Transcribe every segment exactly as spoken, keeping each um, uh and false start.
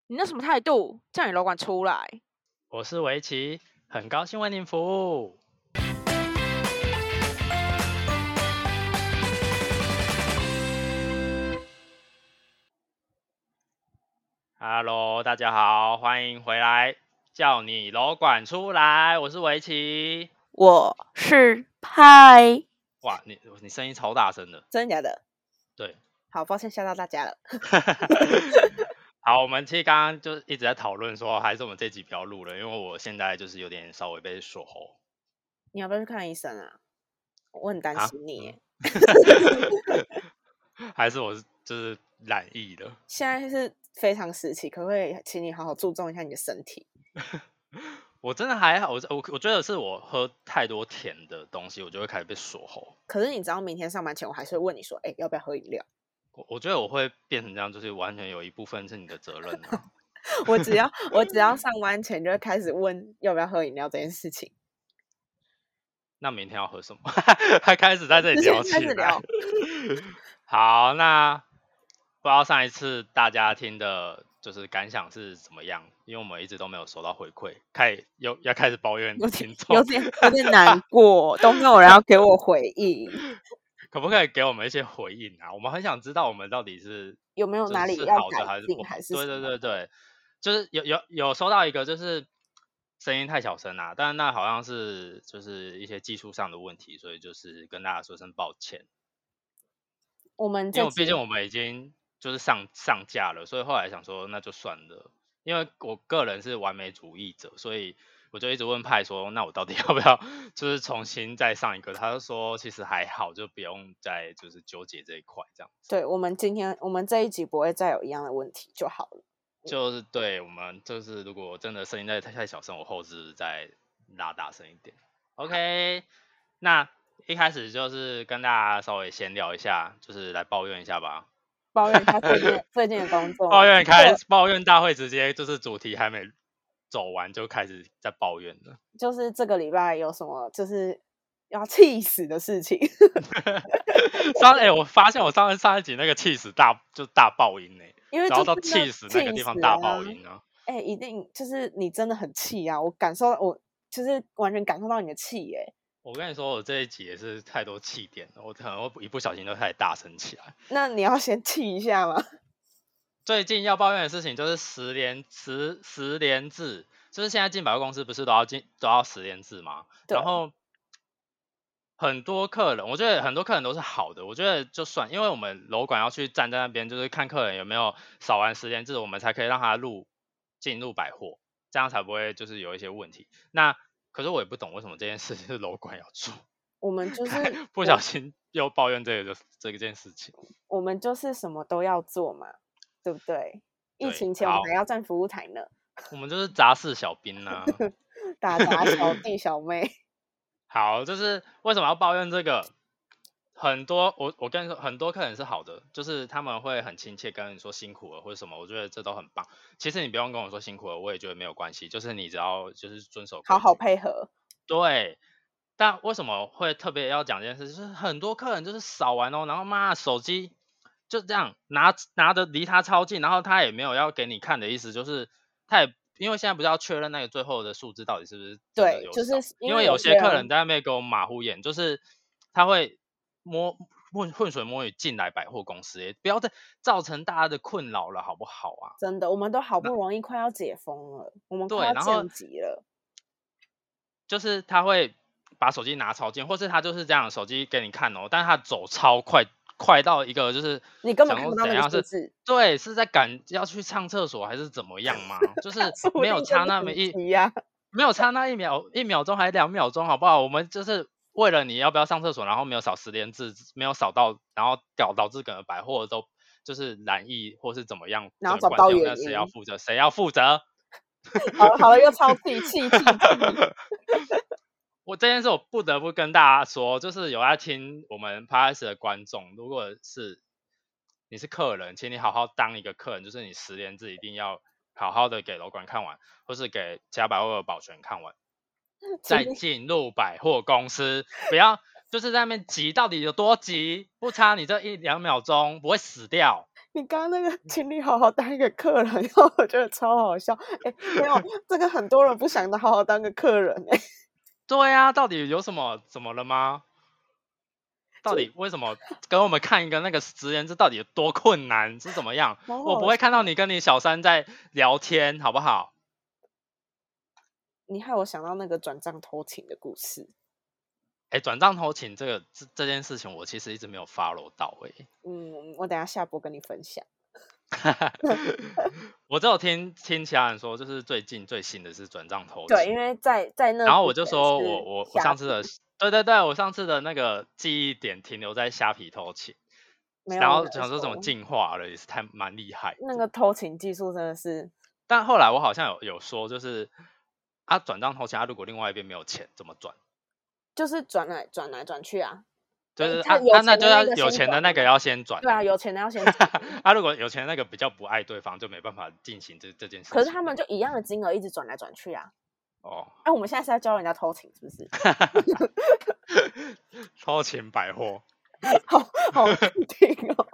你那什么态度？叫你楼管出来！ 我是围棋，很高兴为您服务。Hello， 大家好，欢迎回来，叫你楼管出来，我是围棋。 我是派。 哇，你你声音超大声的， 真的假的？ 对， 好，抱歉吓到大家了。 好，我们其实刚刚就一直在讨论说，还是我们这集不要录了，因为我现在就是有点稍微被锁喉。 你要不要去看医生啊？我很担心你耶、 啊嗯、还是我就是染疫了？ 现在是非常时期，可不可以请你好好注重一下你的身体？ 我真的还好，我我我觉得是我喝太多甜的东西，我就会开始被锁喉。 可是你知道，明天上班前我还是会问你说，哎、欸，要不要喝饮料？ 我我觉得我会变成这样，就是完全有一部分是你的责任啊。 我只要我只要上班前就会开始问要不要喝饮料这件事情。 那明天要喝什么？还开始在这里聊起来。 开始聊。 好，那不知道上一次大家听的就是感想是怎么样？因为我们一直都没有收到回馈，开又要开始抱怨听众， 有点有点难过，都没有人要给我回应。 可不可以给我们一些回应啊？我们很想知道我们到底是有没有哪里要改还是不好？ 还是对对对对，就是有有有收到一个就是声音太小声啊，但那好像是就是一些技术上的问题，所以就是跟大家说声抱歉。 我们因为毕竟我们已经就是上上架了，所以后来想说那就算了。因为我个人是完美主义者，所以我就一直问派说，那我到底要不要就是重新再上一个？他就说其实还好，就不用再就是纠结这一块这样子。 对，我们今天我们这一集不会再有一样的问题就好了。 就是对我们就是如果真的声音再太小声，我后置再拉大声一点。OK， 那一开始就是跟大家稍微闲聊一下，就是来抱怨一下吧。 抱怨他最近最近的工作。 抱怨开抱怨大会直接就是主题还没走完就开始在抱怨了。 就是这个礼拜有什么就是要气死的事情？ 上哎、欸，我发现我上上一集那个气死大就大爆音哎、欸， 因为然后到气死那个地方大爆音啊！ 哎、欸，一定就是你真的很气啊！我感受我就是完全感受到你的气哎、欸。 我跟你说，我这一集也是太多气点了，我可能会一不小心就开始大声起来。 那你要先气一下吗？ 最近要抱怨的事情就是十连十十连制，就是现在进百货公司不是都要进都要十连制吗？然后很多客人，我觉得很多客人都是好的，我觉得就算，因为我们楼管要去站在那边，就是看客人有没有扫完十连制，我们才可以让他入进入百货，这样才不会就是有一些问题。那可是我也不懂为什么这件事情是楼管要做， 我们就是不小心又抱怨这个这件事情。 我们就是什么都要做嘛，对不对？疫情前我们还要站服务台呢。 我们就是杂事小兵啊， 打杂小弟小妹。 好，就是为什么要抱怨这个？很多我我跟你说，很多客人是好的，就是他们会很亲切跟你说辛苦了或者什么，我觉得这都很棒。其实你不用跟我说辛苦了，我也觉得没有关系，就是你只要就是遵守好好配合。 对，但为什么会特别要讲这件事？就是很多客人就是扫完哦，然后妈手机就这样拿拿的离他超近，然后他也没有要给你看的意思，就是他也因为现在不是要确认那个最后的数字到底是不是真的有扫， 对，就是因为有些客人在那边给我马虎眼，就是他会摸混浑水摸鱼进来百货公司，也不要再造成大家的困扰了，好不好啊？ 真的，我们都好不容易快要解封了，我们快要降级了。 就是他会把手机拿超近，或是他就是这样手机给你看哦，但是他走超快，快到一个就是你根本看不到那个数字。 对，是在赶要去上厕所还是怎么样吗？就是没有差那么一没有差那一秒一秒钟还两秒钟，好不好？我们就是为了你要不要上厕所，然后没有扫十连制，没有扫到，然后导导致整个百货都就是染疫或是怎么样， 然后找到原因， 那谁要负责？谁要负责？ 好了好了，又超气气气气！ 我这件事我不得不跟大家说，就是有在听我们 Podcast 的观众，如果是你是客人，请你好好当一个客人，就是你十连制一定要好好的给楼管看完，或是给其他百货的保全看完，再进入百货公司，不要就是在那边急，到底有多急？不差你这一两秒钟不会死掉。 你刚刚那个请你好好当一个客人，然后我觉得超好笑。哎，没有，这个很多人不想好好当个客人哎。 对啊，到底有什么怎么了吗？到底为什么跟我们看一个那个实验，这到底有多困难？是怎么样？我不会看到你跟你小三在聊天，好不好？ 你害我想到那个转账偷情的故事。 哎，转账偷情这个这这件事情，我其实一直没有 follow 到哎、欸。 嗯，我等一下下播跟你分享。 我只有听听其他人说，就是最近最新的是转账偷情。 对，因为在在那， 然后我就说我我我上次的，对对对，我上次的那个记忆点停留在虾皮偷情，然后想说怎么进化了，也是太蛮厉害。 那个偷情技术真的是， 但后来我好像有有说，就是啊转账偷情，他如果另外一边没有钱怎么转？ 就是转来转来转去啊。 就是啊，那那就要有钱的那个要先转。 对啊，有钱的要先转。 啊，如果有钱的那个比较不爱对方，就没办法进行这这件事情。 可是他们就一样的金额一直转来转去啊。 哦， 哎、啊，我们现在是在教人家偷情，是不是？ 偷情百货， 好好听哦。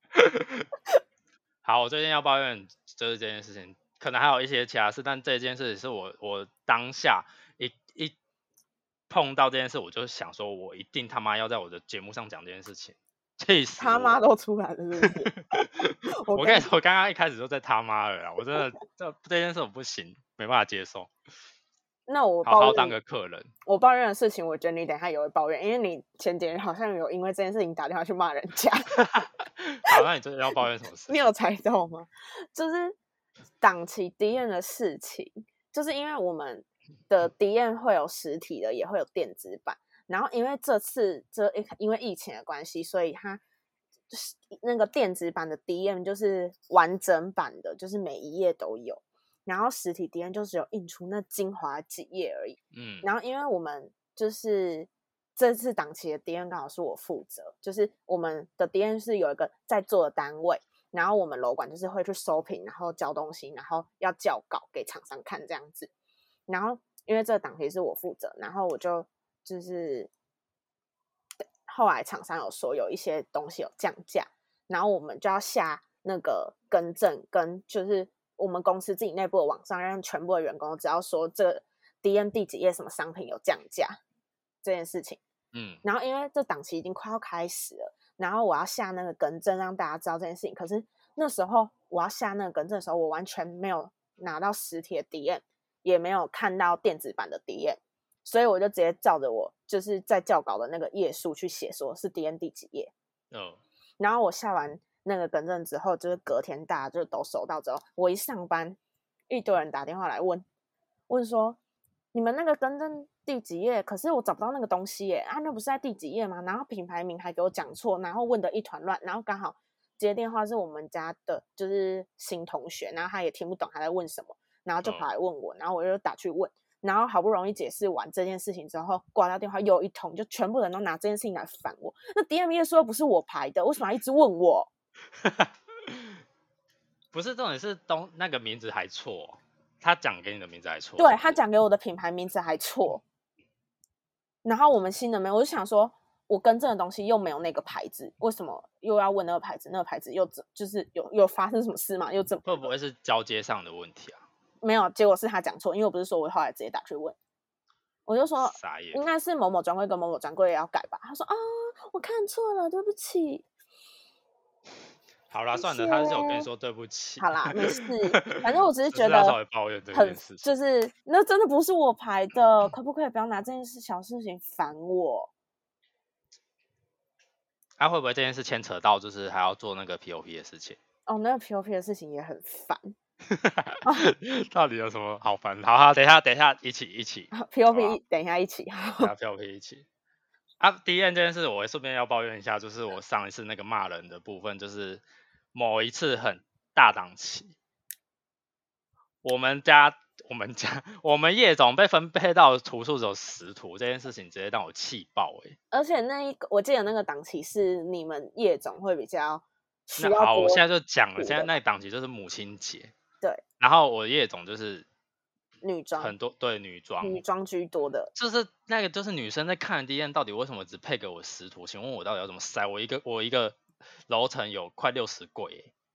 好，我最近要抱怨就是这件事情，可能还有一些其他事，但这件事情是我我当下一一碰到这件事，我就想说，我一定他妈要在我的节目上讲这件事情，气死我！ 他妈都出来了，是不是？ 我跟你说，我刚刚一开始就在他妈了啦，我真的这这件事我不行，没办法接受。 那我好好当个客人。 我抱怨的事情，我觉得你等一下也会抱怨，因为你前几天好像有因为这件事情打电话去骂人家。 好，那你真的要抱怨什么事？ 你有猜到吗？就是档期 D M 的事情，就是因为我们的 D M 会有实体的，也会有电子版。然后因为这次这因为疫情的关系，所以它那个电子版的 D M 就是完整版的，就是每一页都有。然后实体 D M 就只有印出那精华几页而已。嗯，然后因为我们就是这次档期的 D M 刚好是我负责，就是我们的 D M 是有一个在做的单位，然后我们楼管就是会去收品，然后交东西，然后要校稿给厂商看这样子。然后因为这个档期是我负责，然后我就就是后来厂商有说有一些东西有降价，然后我们就要下那个更正，跟就是我们公司自己内部的网上让全部的员工只要说这个 D M 第几页什么商品有降价这件事情。嗯，然后因为这档期已经快要开始了，然后我要下那个更正让大家知道这件事情。可是那时候我要下那个更正的时候，我完全没有拿到实体的 D M， 也没有看到电子版的 D M， 所以我就直接照着我就是在校稿的那个页数去写，说是 D M 第几页。哦，然后我下完那个更正之后，就是隔天大家就都收到之后，我一上班，一堆人打电话来问，问说你们那个更正第几页？可是我找不到那个东西耶，啊，那不是在第几页吗？然后品牌名还给我讲错，然后问的一团乱，然后刚好接电话是我们家的就是新同学，然后他也听不懂他在问什么，然后就跑来问我，然后我就打去问，然后好不容易解释完这件事情之后，挂掉电话又一通，就全部人都拿这件事情来烦我。那 D M 页说不是我排的，为什么要一直问我？ 不是，重点是东那个名字还错，他讲给你的名字还错。 对，他讲给我的品牌名字还错。然后我们新的没有，我就想说，我更正的东西又没有那个牌子，为什么又要问那个牌子？那个牌子又就是有有发生什么事吗？又怎么？ 会不会是交接上的问题啊？ 没有，结果是他讲错，因为我不是说我后来直接打去问，我就说应该是某某专柜跟某某专柜也要改吧。他说啊，我看错了，对不起。 好啦，算了，他是有跟你说对不起。 好啦，没事，反正我只是觉得要稍微抱怨这件事情， 就是那真的不是我排的，可不可以不要拿这件事小事情烦我？ 他、啊、会不会这件事牵扯到就是还要做那个 P O P 的事情？ 哦，那个 P O P 的事情也很烦。 到底有什么好烦？好好，等一下，等一下，一起一起 P O P， 等一下一起。 好 ，P O P 一起。啊，第一件这件事，我顺便要抱怨一下，就是我上一次那个骂人的部分，就是某一次很大档期，我们家我们家我们业总被分配到的图数只有十图，这件事情直接让我气爆哎、欸！ 而且那一个我记得那个档期是你们业总会比较需要。 好，我现在就讲了，现在那档期就是母亲节， 对， 然后我业总就是女装， 很多对女装， 女装居多的， 就是那个就是女生在看的 D M 到底为什么只配给我十图？请问我到底要怎么塞？我一个我一个楼层有快六十柜、欸，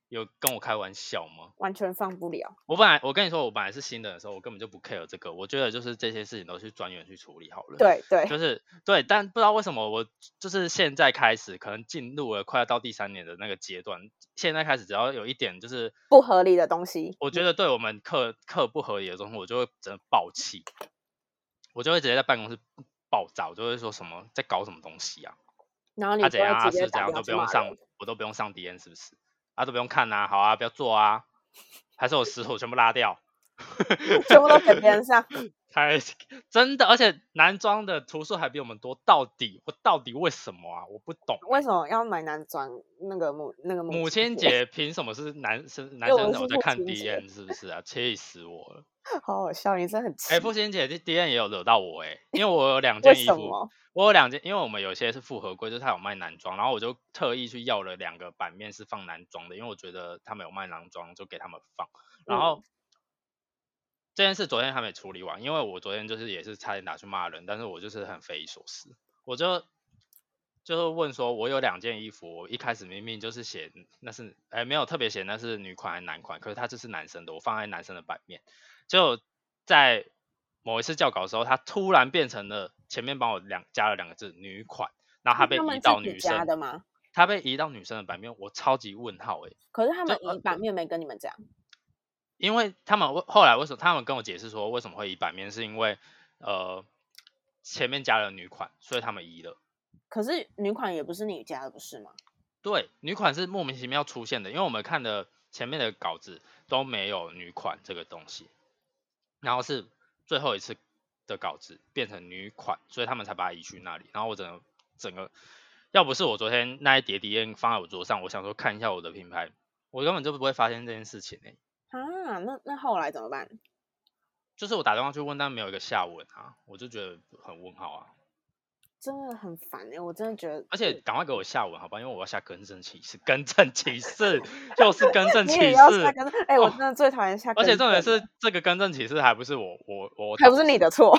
有跟我开玩笑吗？ 完全放不了。 我本来我跟你说，我本来是新人的时候，我根本就不 care 这个，我觉得就是这些事情都是专员去处理好了。 对对， 就是对，但不知道为什么我就是现在开始，可能进入了快要到第三年的那个阶段，现在开始只要有一点就是不合理的东西， 我觉得对我们课课不合理的东西，我就会真的爆气，我就会直接在办公室爆炸，我就会说什么在搞什么东西啊？ 然后你他、啊、怎样啊？ 就会直接是怎样都打电话去骂不用上人， 我都不用上 D N 是不是？啊都不用看啊，好啊，不要做啊，还是我石头全部拉掉， 全部都给别人上。 还真的，而且男装的图数还比我们多，到底我到底为什么啊？我不懂、欸， 为什么要买男装？那个母那个母亲亲节凭什么是男生男因为我们是生有在看父亲 D 节 N 是不是啊？气死我了！ 好好笑，你真的很哎、欸， 气。 父亲节 D N 也有惹到我哎、欸，因为我有两为件衣服， 什么？ 我有两件，因为我们有些是复合柜，就是他有卖男装，然后我就特意去要了两个版面是放男装的，因为我觉得他们有卖男装，就给他们放。然后、嗯、这件事昨天还没处理完，因为我昨天就是也是差点打去骂人，但是我就是很匪夷所思，我就就是问说，我有两件衣服，我一开始明明就是写那是哎、欸、没有特别写那是女款还是男款，可是它这是男生的，我放在男生的版面，就在某一次校稿的时候，他突然变成了前面帮我两加了两个字女款，然后他被移到女生的吗？ 他被移到女生的版面，我超级问号哎、欸。 可是他们移版面没跟你们讲， 因为他们后来为什么他们跟我解释说为什么会移版面，是因为呃前面加了女款，所以他们移了。 可是女款也不是你加的，不是吗？ 对，女款是莫名其妙出现的，因为我们看的前面的稿子都没有女款这个东西，然后是最后一次的稿子变成女款，所以他们才把它移去那里。然后我整个整个，要不是我昨天那一叠 D N 放在我桌上，我想说看一下我的品牌，我根本就不会发现这件事情哎、 欸。啊，那那后来怎么办？ 就是我打电话去问，但没有一个下文啊，我就觉得很问号啊。 真的很烦哎、欸，我真的觉得， 而且赶快给我下文好吧，因为我要下更正启事，更正启事又是更正启事， 哎、欸，我真的最讨厌下更正、 哦，而且重点是这个更正启事还不是我我我， 还不是你的错，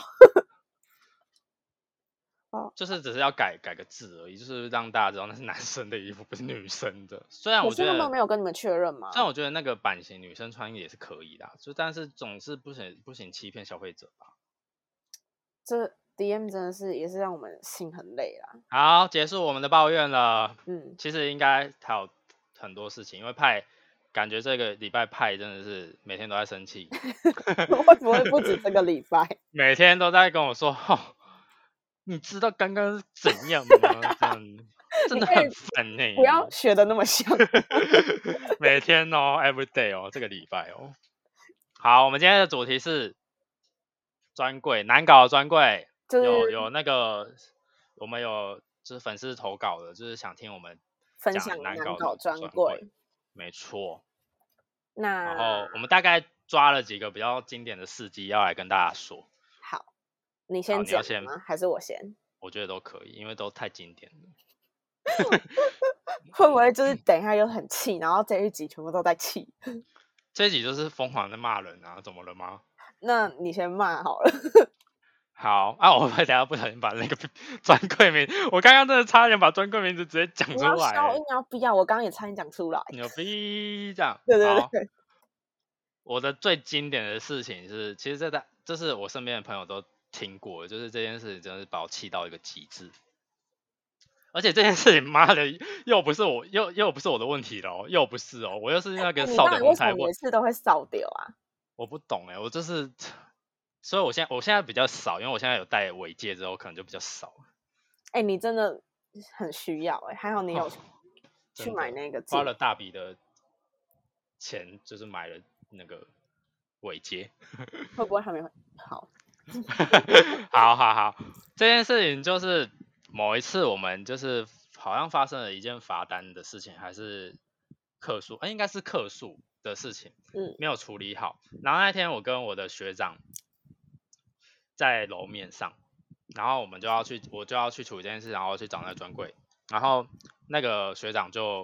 就是只是要改改个字而已，就是让大家知道那是男生的衣服，不是女生的。虽然我觉得他们没有跟你们确认吗？ 虽然我觉得那个版型女生穿也是可以的，就但是总是不行不行欺骗消费者吧。 这 D M 真的是也是让我们心很累啦。 好，结束我们的抱怨了。 嗯， 其实应该还有很多事情，因为派感觉这个礼拜派真的是每天都在生气。 会不会不止这个礼拜？ 每天都在跟我说，哦，你知道刚刚是怎样吗？真的真的很烦呢、欸。 不要学的那么像。 每天哦 ，every day 哦，这个礼拜哦。好，我们今天的主题是专柜难搞的专柜。就是、有有那个，我们有就是粉丝投稿的，就是想听我们分享难搞专柜， 没错。 那然后我们大概抓了几个比较经典的事迹要来跟大家说。 好，你先讲吗？还是我先？ 我觉得都可以，因为都太经典了。 会不会就是等一下又很气，然后这一集全部都在气？ 这一集就是疯狂的骂人啊，怎么了吗？ 那你先骂好了。 好啊，我等下不小心把那个专柜名，我刚刚真的差点把专柜名字直接讲出来。 你要消音要逼啊！我刚刚也差点讲出来。 牛逼这样。 对对对。 我的最经典的事情是，其实这在这是我身边的朋友都听过，就是这件事情真的是把我气到一个极致。而且这件事情，妈的，又不是我，又又不是我的问题了，又不是哦，我又是那个扫点红才问。 每次都会扫掉啊？ 我不懂哎，我就是。所以我现在我现在比较少，因为我现在有戴尾戒之后，可能就比较少。 哎、欸，你真的很需要哎、欸，还好你有去买那个戒， 花了大笔的钱，就是买了那个尾戒。 会不会还没好？ 好好好，这件事情就是某一次我们就是好像发生了一件罚单的事情，还是客诉，哎、欸，应该是客诉的事情， 嗯， 没有处理好。然后那天我跟我的学长在楼面上，然后我们就要去，我就要去处理这件事，然后去找那个专柜，然后那个学长就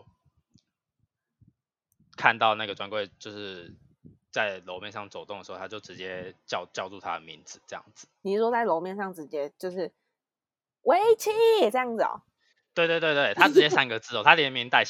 看到那个专柜就是在楼面上走动的时候，他就直接叫叫住他的名字，这样子。 你是说在楼面上直接就是围棋这样子哦？ 对对对对，他直接三个字哦，他连名带姓，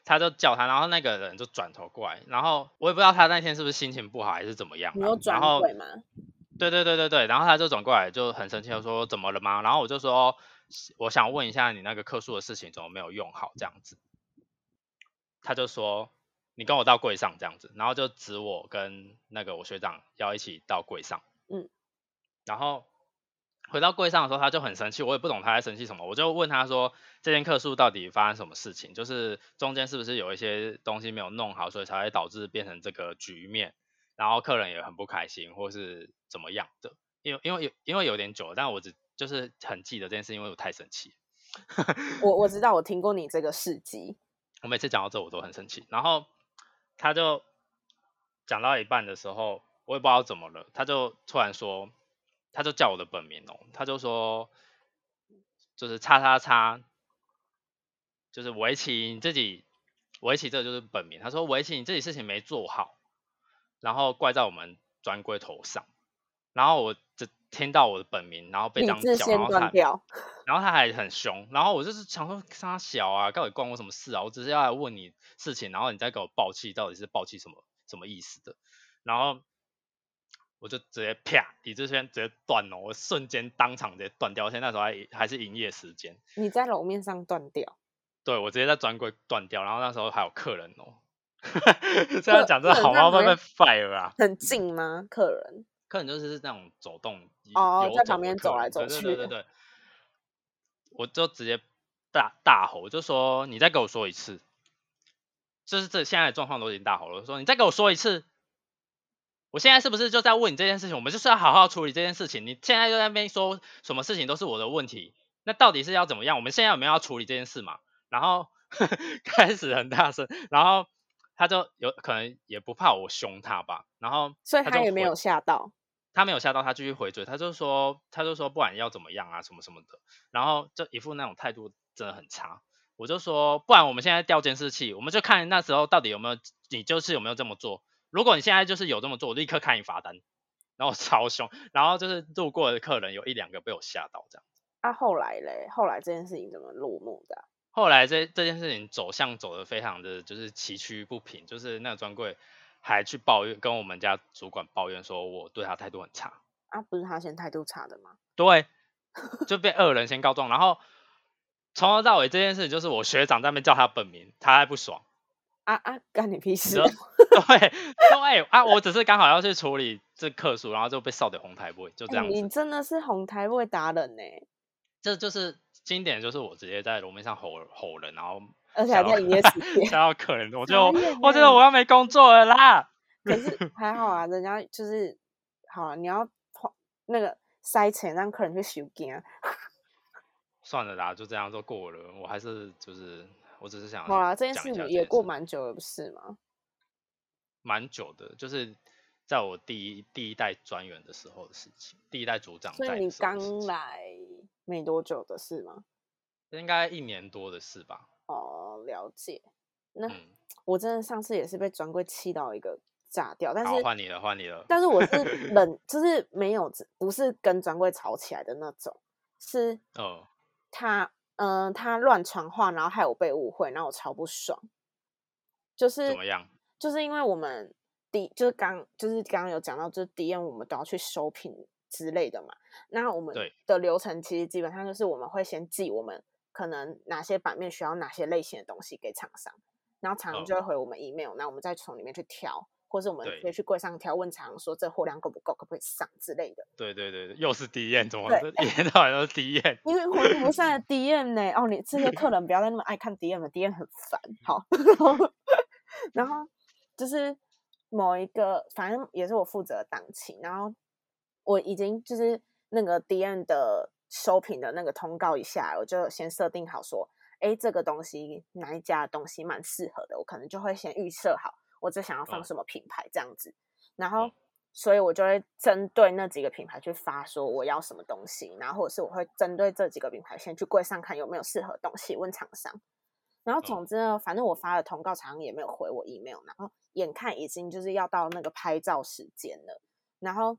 他就叫他，然后那个人就转头过来，然后我也不知道他那天是不是心情不好还是怎么样、啊。 你有转柜吗？ 对对对对对，然后他就转过来就很生气的说怎么了吗？然后我就说我想问一下你那个客诉的事情怎么没有用好这样子。他就说你跟我到柜上这样子，然后就指我跟那个我学长要一起到柜上。嗯，然后回到柜上的时候他就很生气，我也不懂他在生气什么，我就问他说这件客诉到底发生什么事情，就是中间是不是有一些东西没有弄好，所以才会导致变成这个局面，然后客人也很不开心或是怎么样的。因为因为有因为有点久了，但我只就是很记得这件事，因为我太生气我我知道，我听过你这个事迹。 我每次讲到这我都很生气，然后他就讲到一半的时候，我也不知道怎么了，他就突然说，他就叫我的本名哦，他就说就是叉叉叉，就是围棋你自己，围棋这个就是本名，他说围棋你自己事情没做好，然后怪在我们专柜头上，然后我就听到我的本名，然后被这样叫，然后他，然后他还很凶，然后我就是想说他小啊，到底关我什么事啊？我只是要来问你事情，然后你再给我爆气，到底是爆气什么什么意思的？然后我就直接啪，理智线直接断了，我瞬间当场直接断掉，而且那时候还还是营业时间。 你在楼面上断掉？ 对，我直接在专柜断掉，然后那时候还有客人哦。这样讲真的好吗？会被 fire 啊？ 很近吗？客人？ 客人就是那种走动哦，在旁边走来走去。 对对对对对，我就直接大大吼，我就说你再给我说一次，就是这现在的状况都已经大吼了，我说你再给我说一次，我现在是不是就在问你这件事情？我们就是要好好处理这件事情。你现在就在那边说什么事情都是我的问题，那到底是要怎么样？我们现在有没有要处理这件事嘛？然后呵呵开始很大声，然后他就有可能也不怕我凶他吧，然后所以他也没有吓到， 他没有吓到，他继续回嘴，他就说他就说不管要怎么样啊，什么什么的，然后就一副那种态度真的很差。我就说不然我们现在调监视器，我们就看那时候到底有没有你就是有没有这么做。如果你现在就是有这么做，我立刻开你罚单。然后超凶，然后就是路过的客人有一两个被我吓到这样。 啊，后来嘞，后来这件事情怎么落幕的、啊？ 后来这这件事情走向走的非常的就是崎岖不平，就是那个专柜还去抱怨，跟我们家主管抱怨说我对他态度很差。 啊，不是他先态度差的吗？ 对，就被恶人先告状，然后从头到尾这件事情就是我学长在那边叫他本名，他还不爽。 啊啊，干你屁事！ 对对啊，我只是刚好要去处理这客诉，然后就被扫点红台位，就这样子、 欸。你真的是红台位达人呢、欸！ 这就是经典，就是我直接在楼面上吼吼人，然后而且还在营业时间吓到客人，我就我觉得我要没工作了啦。 可是还好啊，人家就是好啊，你要那个塞钱让客人去收件。 算了啦，就这样就过了。我还是就是我只是想好啦，这件事也过蛮久了，不是吗？ 蛮久的，就是在我第一第一代专员的时候的事情，第一代组长在的时候的事情。 所以你刚来没多久的事吗？ 应该一年多的事吧。 哦，了解。那、 嗯、 我真的上次也是被专柜气到一个炸掉，但是换你了，换你了。 但是我是冷，就是没有，不是跟专柜吵起来的那种，是哦， 他嗯、呃，他乱传话，然后害我被误会，然后我超不爽。就是怎么样？ 就是因为我们第就是刚就是刚刚有讲到，就是 D M 我们都要去收品之类的嘛。那我们的流程其实基本上就是我们会先寄我们可能哪些版面需要哪些类型的东西给厂商，然后厂商就会回我们 email，那、哦、我们再从里面去挑，或是我们直接去柜上挑，问厂商说这货量够不够，可不可以上之类的。 对对对，又是 D M， 怎么一天到晚都是 D M？ 因为活力不善的 D M 呢，哦，你这些客人不要再那么爱看 D M 了 ，D M 很烦。好。然后就是某一个，反正也是我负责的档期，然后我已经就是那个 D M 的收品的那个通告一下来，我就先设定好说，哎，这个东西哪一家的东西蛮适合的，我可能就会先预设好，我只想要放什么品牌这样子，然后所以我就会针对那几个品牌去发说我要什么东西，然后或者是我会针对这几个品牌先去柜上看有没有适合的东西，问厂商。然后总之呢，反正我发了通告，厂商也没有回我 email， 然后眼看已经就是要到那个拍照时间了，然后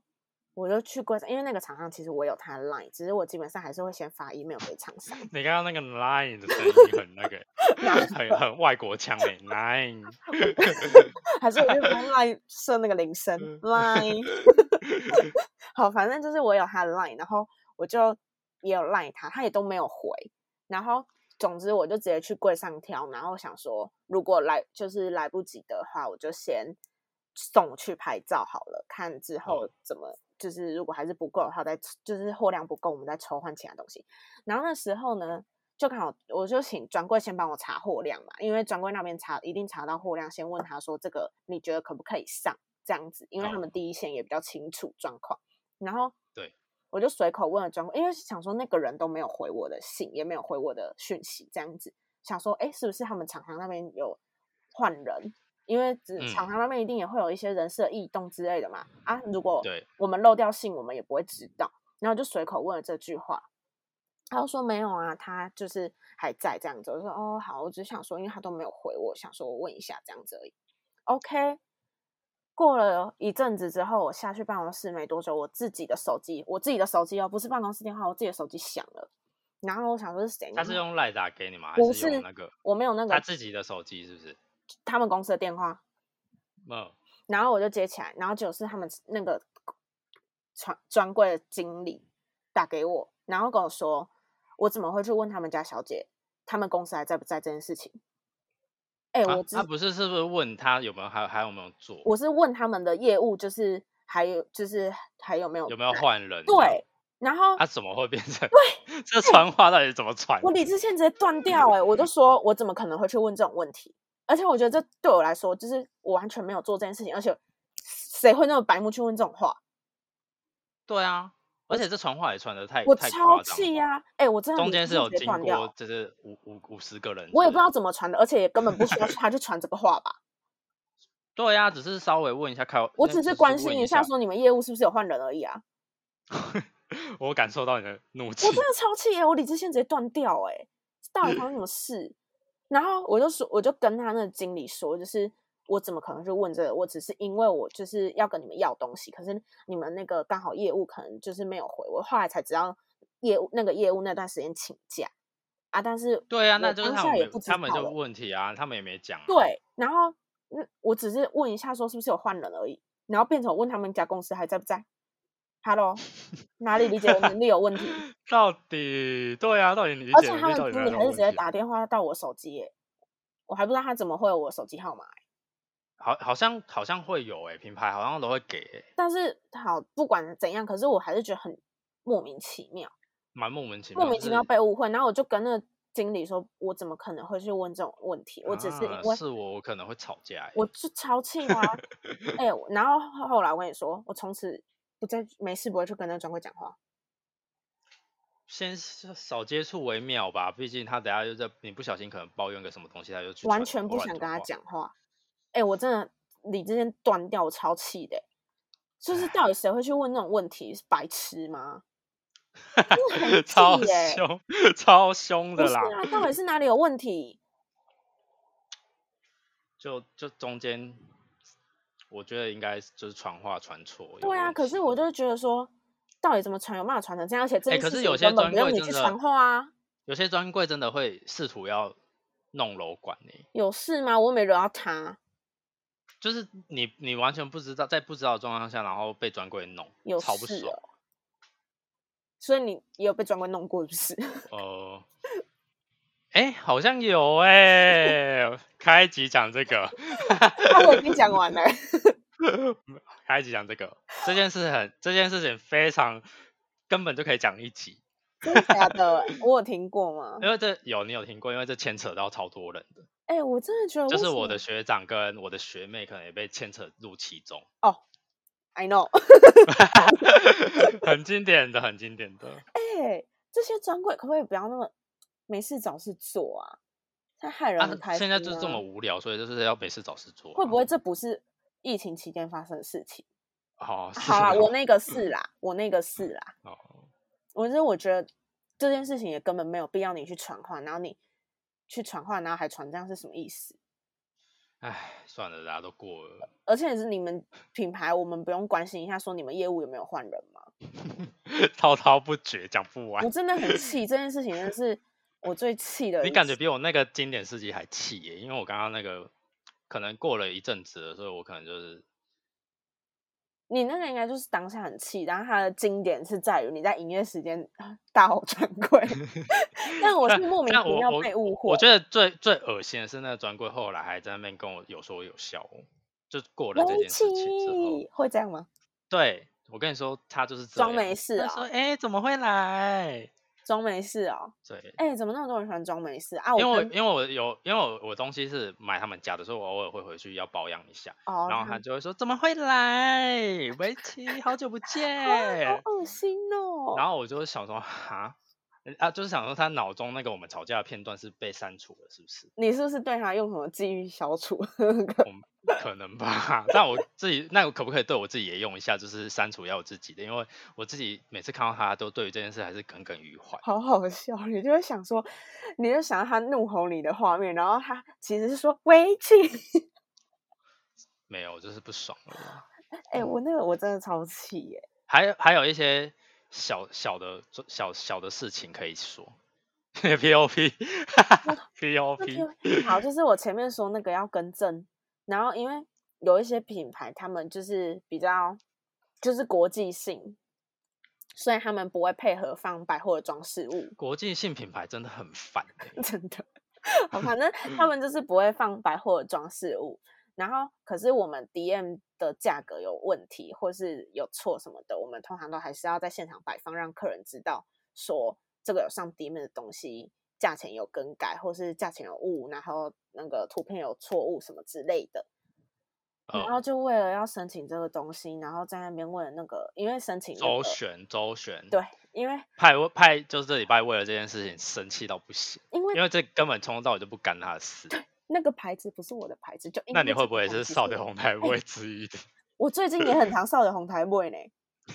我就去柜上，因为那个厂商其实我有他的 line， 只是我基本上还是会先发 email 给厂商。 你刚刚那个 line 的声音很那个，很很外国腔诶、欸、，line， 还是我就帮 line 设那个铃声 line。好，反正就是我有他的 line， 然后我就也有 line 他，他也都没有回，然后总之我就直接去柜上挑，然后想说如果来就是来不及的话，我就先送去拍照好了，看之后怎么、嗯、就是如果还是不够的话，再就是货量不够，我们再抽换其他东西。然后那时候呢，就刚好我就请专柜先帮我查货量嘛，因为专柜那边查一定查到货量，先问他说这个你觉得可不可以上这样子，因为他们第一线也比较清楚状况。然后对， 我就随口问了专柜，因为想说那个人都没有回我的信，也没有回我的讯息，这样子想说，哎，是不是他们厂商那边有换人？因为厂商那边一定也会有一些人事的异动之类的嘛。啊，如果我们漏掉信，我们也不会知道。然后就随口问了这句话，他就说没有啊，他就是还在这样子。我说哦好，我只想说，因为他都没有回我，想说我问一下这样子而已。OK。过了一阵子之后，我下去办公室没多久，我自己的手机，我自己的手机哦，不是办公室电话，我自己的手机响了。然后我想说是谁？ 他是用赖打给你吗？ 不是用那个？ 我没有那个。 他自己的手机是不是？ 他们公司的电话。 嗯。 然后我就接起来，然后就是他们那个专专柜的经理打给我，然后跟我说，我怎么会去问他们家小姐，他们公司还在不在这件事情？哎、欸，我他、啊啊、不是是不是问他有没有还还有没有做？ 我是问他们的业务，就是还有就是还有没有有没有换人？ 对，然后他、啊、怎么会变成对？ 这传话到底怎么传？ 我理智线直接断掉哎、欸！我就说我怎么可能会去问这种问题？而且我觉得这对我来说，就是我完全没有做这件事情，而且谁会那么白目去问这种话？ 对啊。而且这传话也传得太我太超气呀！哎、欸，我真的中间是有经过，就是五五五十个人， 我也不知道怎么传的，而且也根本不需要他去传这个话吧？ 对呀、啊，只是稍微问一下，开我只是关心一下，说你们业务是不是有换人而已啊？ 我感受到你的怒气， 我真的超气耶、欸！我理智线直接断掉哎、欸，到底发生什么事？然后我就说，我就跟他那个经理说，就是我怎么可能去问这个？我只是因为我就是要跟你们要东西，可是你们那个刚好业务可能就是没有回我，后来才知道业务那个业务那段时间请假啊，但是对啊，那就是他们也不知道他们的问题啊，他们也没讲、啊。 对，然后嗯，我只是问一下说是不是有换人而已，然后变成问他们家公司还在不在 ？Hello， 哪里理解我能力有问题？ 到底对啊，到底理解？ 而且他们经理还是直接打电话到我手机耶，我还不知道他怎么会有我手机号码。 好，好像好像会有哎，品牌好像都会给哎。 但是好，不管怎样，可是我还是觉得很莫名其妙， 蛮莫名其妙， 莫名其妙被误会。然后我就跟那个经理说，我怎么可能会去问这种问题？我只是因为、 啊、是我，我可能会吵架， 我就超气啊！哎、欸，然后后来我跟你说，我从此不再没事不会去跟那个专柜讲话。 先少接触为妙吧，毕竟他等下就在你不小心可能抱怨个什么东西，他就去完全不想跟他讲话。哎、欸，我真的理智线断掉，我超气的、欸。就是到底谁会去问那种问题？是白痴吗？ 超凶，超凶的啦！ 不是啊，到底是哪里有问题？ 就就中间，我觉得应该就是传话传错。 对啊，可是我就觉得说，到底怎么传，有办法传成这样？而且这件事情根本不用你去传话啊。 有些专柜真的会试图要弄楼管呢、欸。 有事吗？我没惹到他。 就是你，你完全不知道，在不知道的状况下，然后被专柜弄， 有超不爽。 所以你也有被专柜弄过，是不是？ 呃，哎、欸，好像有哎、欸，开集讲这个， 啊，我已经讲完了。 开集讲这个，这件事很，这件事情非常，根本就可以讲一集。 真的假的？我有听过吗？ 因为这有你有听过，因为这牵扯到超多人的。 哎、欸，我真的觉得就是我的学长跟我的学妹可能也被牵扯入其中。 哦 ，I know， 很经典的，很经典的。 哎、欸，这些专柜可不可以不要那么没事找事做啊？太害人不开心、啊啊。现在就是这么无聊，所以就是要没事找事做、啊。 会不会这不是疫情期间发生的事情？ 哦， 好啦，我那个是啦，我那个是啦。 哦， 我就是我觉得这件事情也根本没有必要你去传话，然后你去传话，然后还传这样是什么意思？ 唉，算了，大家都过了。 而且是你们品牌，我们不用关心一下，说你们业务有没有换人吗？ 滔滔不绝，讲不完。 我真的很气，这件事情真的是我最气的。 你感觉比我那个经典事迹还气耶？因为我刚刚那个可能过了一阵子了，所以我可能就是你那个应该就是当下很气，然后它的经典是在于你在营业时间大吼专柜，但我是莫名其妙被误会。 我觉得最最恶心的是那个专柜后来还在那边跟我有说有笑，就过了这件事情之后， 会这样吗？ 对，我跟你说，他就是这装没事啊。他说：“哎、欸，怎么会来？” 装没事哦。 对， 哎、欸，怎么那么多人喜欢装没事啊？ 因为我因为我有因为我我东西是买他们家的，所以我偶尔会回去要保养一下。哦、然后他就会说：“怎么会来？维琪，好久不见。” 好恶心哦。 然后我就想说，哈。啊，就是想说他脑中那个我们吵架的片段是被删除了，是不是？ 你是不是对他用什么记忆消除？ 可能吧，但我自己那我可不可以对我自己也用一下，就是删除要我自己的，因为我自己每次看到他都对于这件事还是耿耿于怀。 好好笑，你就会想说，你就想到他怒吼你的画面，然后他其实是说维琪， 没有，就是不爽了。 哎、欸，我那个我真的超气耶。 还还有一些小小的小小的事情可以说。P O P P O P 好，就是我前面说那个要更正，然后因为有一些品牌他们就是比较就是国际性，所以他们不会配合放百货的装饰物。 国际性品牌真的很烦、欸、 真的好，反正他们就是不会放百货的装饰物，然后可是我们 D M 的价格有问题或是有错什么的，我们通常都还是要在现场摆放，让客人知道说这个有上 D M 的东西价钱有更改，或是价钱有误，然后那个图片有错误什么之类的。然后就为了要申请这个东西，然后在那边为了那个，因为申请、那个、周旋周旋， 对，因为派派就是这礼拜为了这件事情生气到不行， 因为因为这根本从头到尾就不干他的事。 对，那个牌子不是我的牌子，就因为那你会不会是少年红台位之一的？ 我最近也很常少年红台位呢，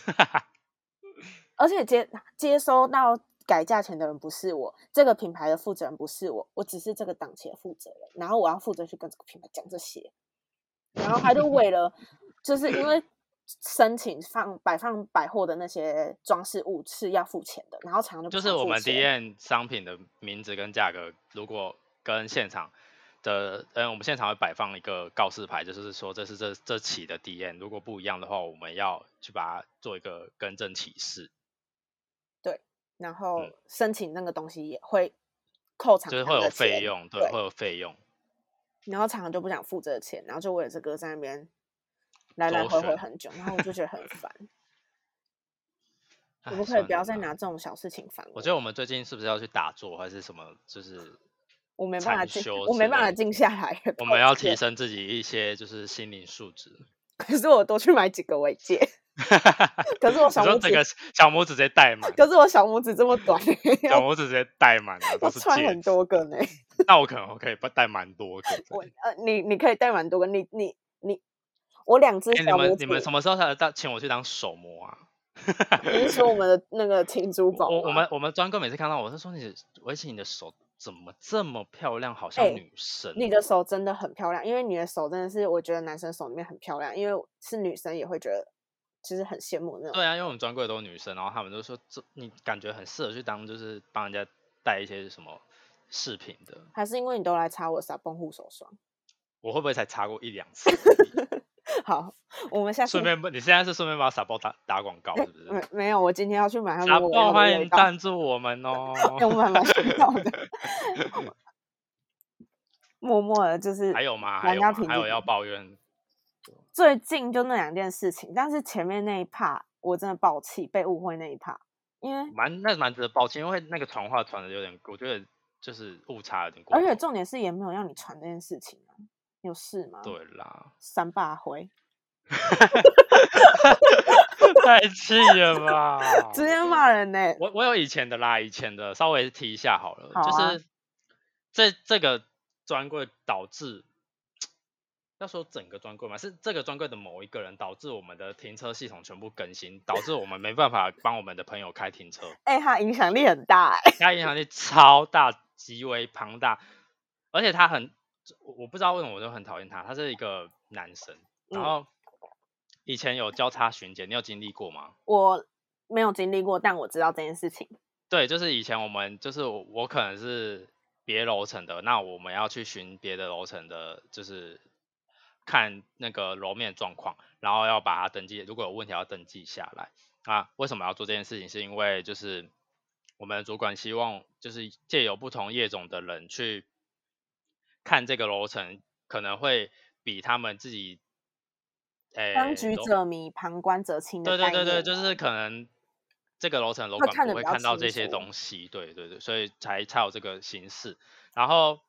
而且接接收到改价钱的人不是我，这个品牌的负责人不是我，我只是这个档期的负责人，然后我要负责去跟这个品牌讲这些。然后他就为了，就是因为申请放摆放百货的那些装饰物是要付钱的，然后常常就是我们 D M 商品的名字跟价格，如果跟现场的，嗯，我们现场会摆放一个告示牌，就是说这是这这期的 D M， 如果不一样的话，我们要去把它做一个更正启事。 对，然后申请那个东西也会扣厂就是会有费用，对，会有费用。 然后厂商就不想付这个钱，然后就为了这个在那边来来回回很久，然后我就觉得很烦。可不可以不要再拿这种小事情烦我？ 我觉得我们最近是不是要去打坐，还是什么？就是我没办法静，我没办法静下来。 我们要提升自己一些就是心灵素质。 可是我多去买几个尾戒。可是我小拇指， 这个小拇指直接戴满。 可是我小拇指这么短， 小拇指直接戴满了，都是穿很多个呢。 那我可能可以戴蛮多个。 我呃，你你可以戴蛮多个，你你你，我两只小拇指、 欸。你们你们什么时候才当请我去当手模啊？ 你是说我们的那个青珠宝？ 我我们我们专柜每次看到我是说你，维琪你的手怎么这么漂亮，好像女生、 欸。你的手真的很漂亮，因为你的手真的是我觉得男生手里面很漂亮，因为是女生也会觉得。就是很羡慕那种。 对啊，因为我们专柜都是女生，然后他们都说这你感觉很适合去当，就是帮人家带一些什么饰品的。 还是因为你都来擦我撒泵护手霜？ 我会不会才擦过一两次？ 好，我们下次顺便，你现在是顺便把撒泵打打广告是不是？ 没没有，我今天要去买他们撒泵，欢迎赞助我们哦。 我们蛮需要的。默默的，就是还有吗？还有吗？还有要抱怨？ 最近就那两件事情，但是前面那一 part 我真的爆气，被误会那一 part， 因为蛮那蛮值得抱歉，因为那个传话传的有点，我觉得就是误差有点过。 而且重点是也没有让你传这件事情啊，有事吗？ 对啦， 三八灰， 太气了吧！ 直接骂人呢、欸。 我我有以前的啦，以前的稍微提一下好了， 好啊、 就是这这个专柜导致。要说整个专柜嘛，是这个专柜的某一个人导致我们的停车系统全部更新，导致我们没办法帮我们的朋友开停车。 哎、欸，他影响力很大哎、欸， 他影响力超大，极为庞大，而且他很我不知道为什么我就很讨厌他，他是一个男生，然后以前有交叉巡检，你有经历过吗？ 我没有经历过，但我知道这件事情。 对，就是以前我们就是我我可能是别楼层的，那我们要去巡别的楼层的，就是看那个楼面状况，然后要把它登记，如果有问题要登记下来。啊，为什么要做这件事情？是因为就是我们的主管希望就是借由不同业种的人去看这个楼层，可能会比他们自己， 当诶，楼局者迷，旁观者清的对对对对， 概念就是可能这个楼层楼会管不会看得比较清看到这些楚。 东西，对对对，所以才才有这个形式。然后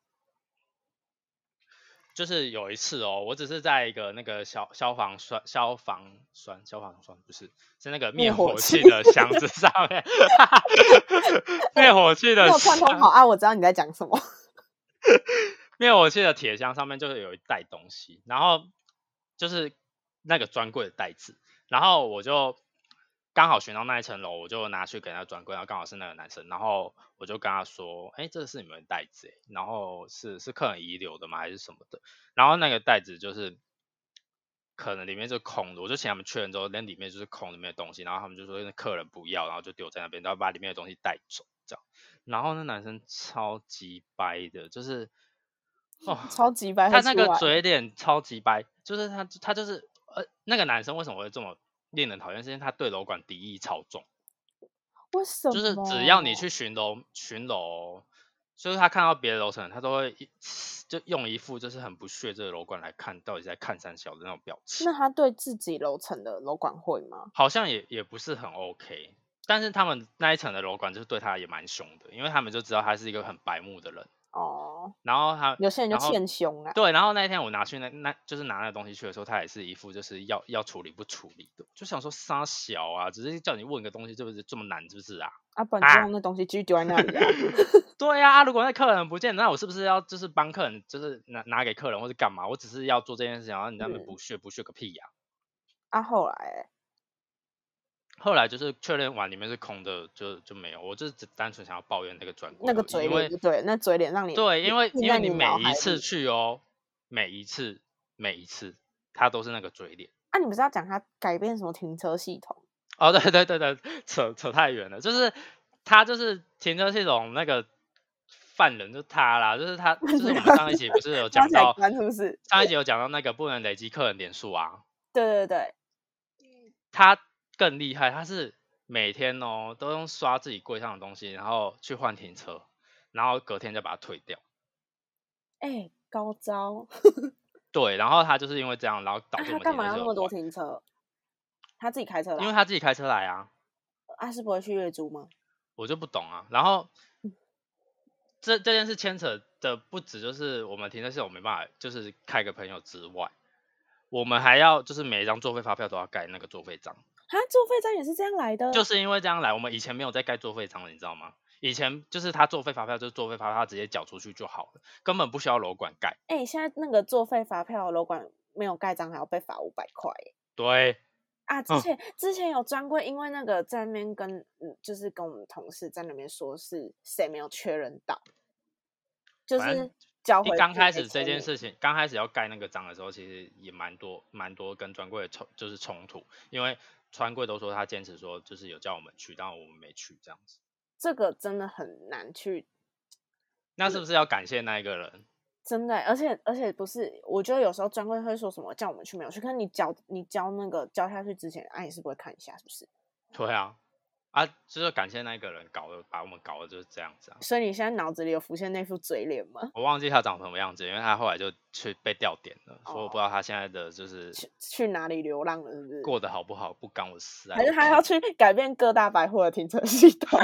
就是有一次哦，我只是在一个那个消消防栓、消防栓、消防栓不是，是那个灭灭火器火器的箱子上面，灭火器你的有串通箱， 好啊，我知道你在讲什么。 灭火器的铁箱上面就是有一袋东西，然后就是那个专柜的袋子，然后我就刚好选到那一层楼，我就拿去给那个专柜，然后刚好是那个男生，然后我就跟他说，哎，这是你们的袋子，然后是是客人遗留的吗，还是什么的？然后那个袋子就是可能里面是空的，我就请他们确认之后，那里面就是空，里面的东西，然后他们就说那客人不要，然后就丢在那边，然后把里面的东西带走，这样。然后那男生超级掰的，就是哦， 超级白他那个会出来。 嘴脸超级掰，就是他他就是呃那个男生为什么会这么令人讨厌？是因为他对楼管敌意超重， 为什就是只要你么？ 去巡楼巡楼，就是他看到别的楼层，他都会一就用一副就是很不屑这个楼管来看到底在看三小的那种表情。 那他对自己楼层的楼管会吗？ 好像也也不是很 OK，但是他们那一层的楼管就是对他也蛮凶的，因为他们就知道他是一个很白目的人。 哦， 然后他， 有些人就然后欠凶啊。 对，然后那一天我拿去那那就是拿那个东西去的时候，他也是一副就是要要处理不处理的，就想说杀小啊，只是叫你问个东西，是不是这么难，是不是啊？ 啊，不然就让那东西继续丢在那里啊。 对呀、啊，如果那客人不见，那我是不是要就是帮客人就是拿拿给客人或是干嘛？我只是要做这件事情，然后你在那边嗯， 不屑不屑个屁呀、 啊，后来欸后来就是确认完里面是空的，就就没有，我就是只单纯想要抱怨那个专柜而已， 那个嘴因为脸就对了，那嘴脸让你对，因为印在你因为你每一次脑海里。 去哦，每一次每一次他都是那个嘴脸。 啊，你不是要讲他改变什么停车系统？ 哦，对对对对，扯扯太远了，就是他就是停车系统那个犯人就他啦，就是他就是我们上一集不是有抓起来讲到， 关是不是？ 上一集有讲到那个不能累积客人点数啊， 对对对， 他更厉害，他是每天哦都用刷自己柜上的东西，然后去换停车，然后隔天再把它退掉。 哎、欸，高招。 对，然后他就是因为这样，然后导啊， 致我们他干嘛要那么多停车是很乱， 停车？他自己开车因为来？ 他自己开车来啊， 啊，是不会去月租吗？ 我就不懂啊。然后这这件事牵扯的不止就是我们停车系统没办法，就是开个朋友之外，我们还要就是每一张作废发票都要盖那个作废章， 啊，作废章也是这样来的。 就是因为这样来，我们以前没有在盖作废章的，你知道吗？以前就是他作废发票就是作废发票，他直接缴出去就好了，根本不需要楼管盖。 哎、欸，现在那个作废发票楼管没有盖章还要被罚五百块。 对， 啊，之前、嗯、之前有专柜，因为那个在那边跟嗯，就是跟我们同事在那边说是谁没有确认到，就是交回刚开始这件事情，刚开始要盖那个章的时候，其实也蛮多蛮多跟专柜的冲就是冲突，因为专柜都说他坚持说就是有叫我们去，但我们没去这样子。 这个真的很难去， 那是不是要感谢那一个人？ 真的，而且而且不是，我觉得有时候专柜会说什么叫我们去没有去，可是你交你交那个交下去之前，啊，你是不会看一下是不是？ 对啊，啊，就是感谢那一个人搞的，把我们搞的就是这样子啊。 所以你现在脑子里有浮现那副嘴脸吗？ 我忘记他长什么样子，因为他后来就去被调点了， 哦、 所以我不知道他现在的就是去去哪里流浪了，是不是？ 过得好不好不干我事啊。 还是他要去改变各大百货的停车系统？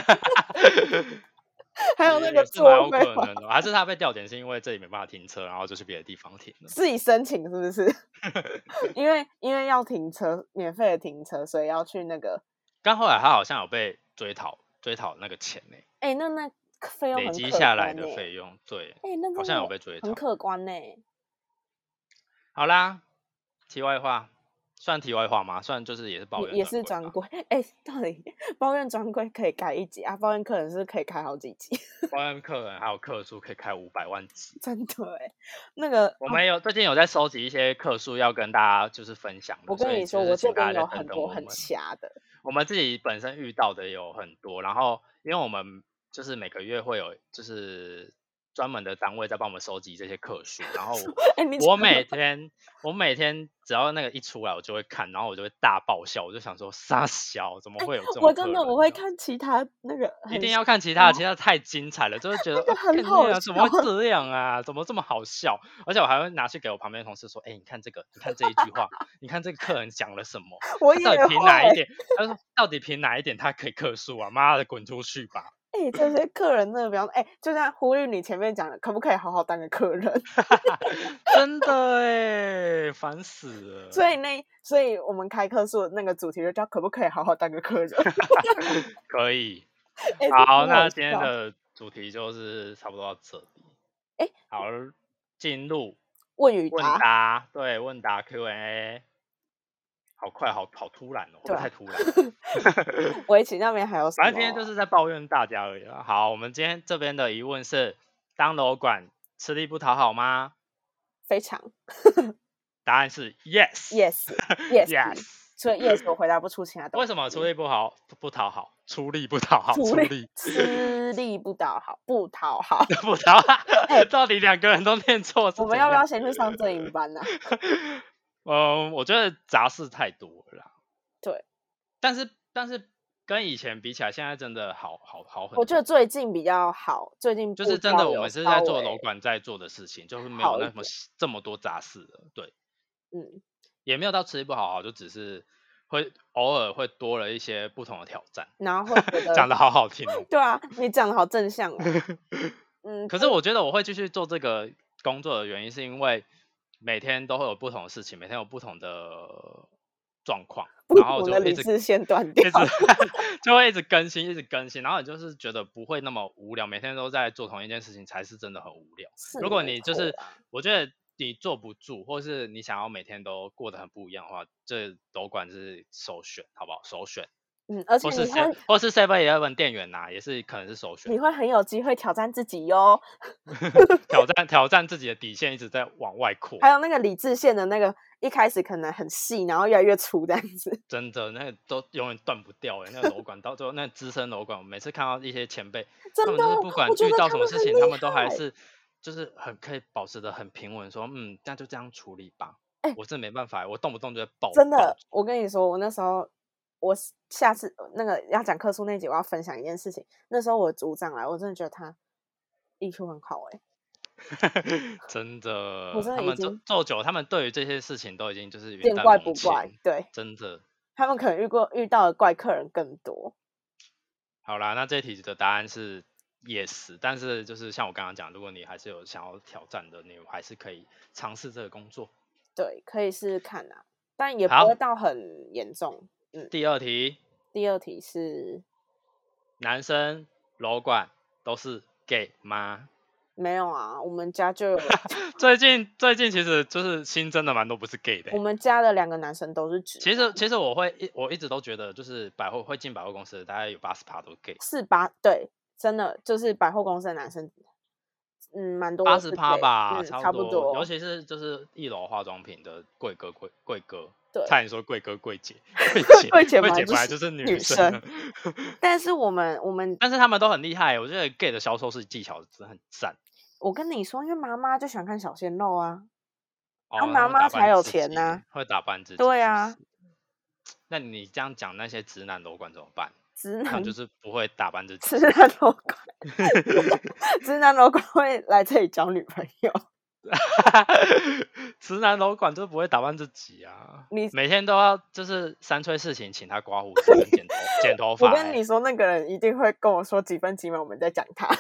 还有那个作废， 可能的，还是他被调点是因为这里没办法停车，然后就去别的地方停了。 自己申请是不是？因为因为要停车，免费的停车，所以要去那个。 刚后来他好像有被追讨追讨那个钱呢、欸。 哎、欸，那那费用累积下来的费用，对， 哎、欸，那好像有被追讨， 很可观呢、欸。 好啦，题外话， 算题外话吗？算就是也是抱怨也也是专柜。哎、欸，到底抱怨专柜可以开一集啊？抱怨客人是可以开好几集。 抱怨客人还有客数可以开五百万集， 真的哎，那个我们有、哦、最近有在收集一些客数要跟大家就是分享的。 我跟你说， 我这边有很多很瞎的。 我们自己本身遇到的有很多，然后因为我们就是每个月会有就是专门的单位在帮我们收集这些客数，然后我,我每天我每天只要那个一出来，我就会看，然后我就会大爆笑，我就想说傻小怎么会有这种客人、 欸、我真的我会看其他那个， 一定要看其他的，其他的太精彩了，就会觉得、 那个很好笑、 哦、怎么会这样啊？怎么这么好笑？而且我还会拿去给我旁边的同事说，哎、欸，你看这个，你看这一句话，你看这个客人讲了什么？ 我也到底凭哪一点？他说到底凭哪一点他可以客诉啊？妈的，滚出去吧！ 哎、欸，这些客人真的不要哎、欸，就像呼吁你前面讲的，可不可以好好当个客人？ 真的哎，烦死了。 所以那，所以我们开客诉那个主题就叫可不可以好好当个客人？ 可以。 欸、 好，那今天的主题就是差不多到这里。 哎、欸， 好，进入问与答。 问答，对，问答 Q and A。好快，好好突然哦，会不会太突然？ 围棋那边还有什么？ 反正今天就是在抱怨大家而已啦。好，我们今天这边的疑问是：当楼管吃力不讨好吗？ 非常。 答案是 yes yes yes yes。 所以 yes 我回答不出其他东西。 为什么出力不好不讨好？出力不讨好，出力吃力不讨好，不讨好， 不讨好。欸、到底两个人都念错？ 我们要不要先去上正音班呢、啊？ 嗯，我觉得杂事太多了啦。 对， 但是但是跟以前比起来，现在真的好好好很多。 我觉得最近比较好，最近就是真的，我们是在做楼管在做的事情，就是没有那么这么多杂事了。对， 嗯， 也没有到吃力不好好，就只是会偶尔会多了一些不同的挑战， 然后会觉得讲的好好听哦。 对啊，你讲的好正向哦。嗯， 可是我觉得我会继续做这个工作的原因，是因为每天都会有不同的事情，每天有不同的状况，然后就一直理智线断掉， 就会一直更新，一直更新，然后你就是觉得不会那么无聊，每天都在做同一件事情才是真的很无聊。如果你就是，我觉得你坐不住，或是你想要每天都过得很不一样的话，这楼管是首选，好不好？首选。 嗯，而且你会， 或是 seven eleven 店员呐，也是可能是首选。 你会很有机会挑战自己哟， 挑战挑战自己的底线，一直在往外扩。 还有那个理智线的那个，一开始可能很细，然后越来越粗这样子。 真的，那个都永远断不掉哎、欸，那个楼管到最后，那资深楼管，我每次看到一些前辈， 真的， 他们就是不管遇到什么事情， 他们, 他们都还是就是很可以保持的很平稳，说嗯，那就这样处理吧。欸、我真的没办法，我动不动就会爆。 真的，我跟你说，我那时候。我下次那个要讲客诉那集，我要分享一件事情。那时候我组长来，我真的觉得他 E Q 很好哎、 欸，真的， 我真的他们做做久，他们对于这些事情都已经就是见怪不怪，对， 真的。 他们可能遇过遇到的怪客人更多。 好啦，那这题的答案是 yes， 但是就是像我刚刚讲，如果你还是有想要挑战的，你还是可以尝试这个工作。 对，可以试试看啊，但也不会到很严重。嗯， 第二题， 第二题是男生楼管都是 gay 吗？ 没有啊，我们家就有最近最近其实就是新增的蛮多不是 gay 的、欸。 我们家的两个男生都是直。 其实其实我会我一直都觉得，就是百货会进百货公司的大概有八十趴都是 gay。 是八对，真的就是百货公司的男生，嗯，蛮多八十趴吧、 嗯， 差不多。 尤其是就是一楼化妆品的贵哥贵贵哥。 对， 差点说贵哥贵姐，贵姐贵姐本来就是女生， 但是我们我们， 但是他们都很厉害，我觉得 gay 的销售是技巧真的很赞。 我跟你说，因为妈妈就喜欢看小鲜肉啊， 哦、 啊妈妈才有钱呐、 啊，会打扮自己。 对啊， 那你这样讲那些直男楼管怎么办？ 直男就是不会打扮自己。 直男楼管，直男楼管会来这里交女朋友。 直男楼管就不会打扮自己啊！你每天都要就是三催四请，请他刮胡子跟剪头剪头发、欸。 我跟你说，那个人一定会跟我说几分几秒我们在讲他。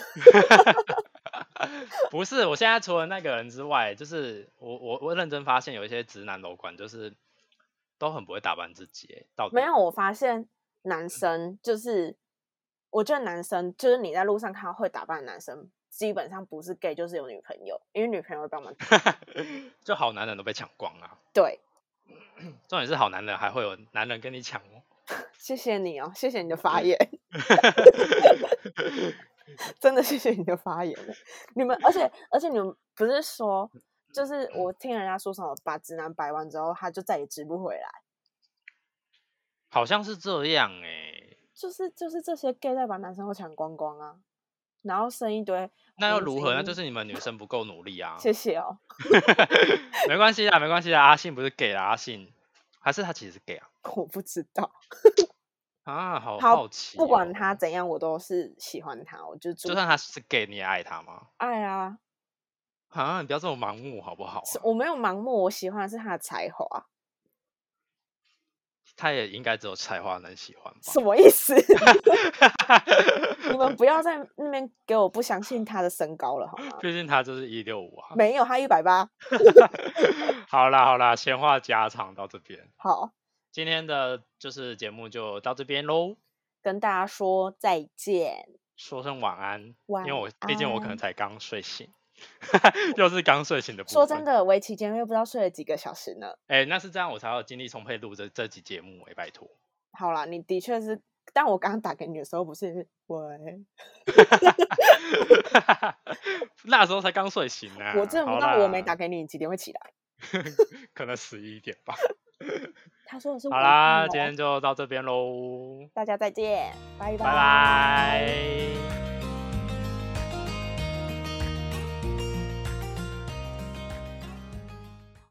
不是，我现在除了那个人之外，就是我我我认真发现有一些直男楼管就是都很不会打扮自己、欸。到底没有，我发现男生就是，我觉得男生就是你在路上看到会打扮的男生。基本上不是 gay 就是有女朋友，因为女朋友会帮忙就好男人都被抢光啊。 对， 重点是好男人还会有男人跟你抢哦。 谢谢你哦，谢谢你的发言，真的谢谢你的发言。你们，而且而且你们不是说，就是我听人家说什么，把直男掰完之后，他就再也直不回来。 好像是这样哎、欸， 就是就是这些 gay 在把男生都抢光光啊，然后生一堆。 那又如何？那就是你们女生不够努力啊。 谢谢哦。 没关系啦，没关系啦。阿信不是 gay 啦，阿信还是他其实是 gay 啊？ 我不知道啊，好好好奇、哦。 不管他怎样，我都是喜欢他。我就就算他是 gay， 你也爱他吗？ 爱啊。 啊，你不要这么盲目好不好、啊？ 我没有盲目，我喜欢的是他的才华。 他也应该只有才华能喜欢吧？ 什么意思？你们不要在那边给我不相信他的身高了好吗？ 毕竟他就是一六五啊。 没有，他一百八。 好啦好啦，闲话家常到这边。 好， 今天的就是节目就到这边喽， 跟大家说再见， 说声晚安。 晚安。 因为我毕竟我可能才刚睡醒。又是刚睡醒的部分。 说真的，围棋间又不知道睡了几个小时呢。 哎、欸，那是这样，我才有精力充沛录这这集节目。哎、欸，拜托。 好啦，你的确是，但我刚刚打给你的时候不是喂， 那时候才刚睡醒啊。 我真的不知道我没打给你，你几点会起来？ 可能十一点吧。 他说的是好啦，今天就到这边喽， 大家再见，拜拜。 拜拜。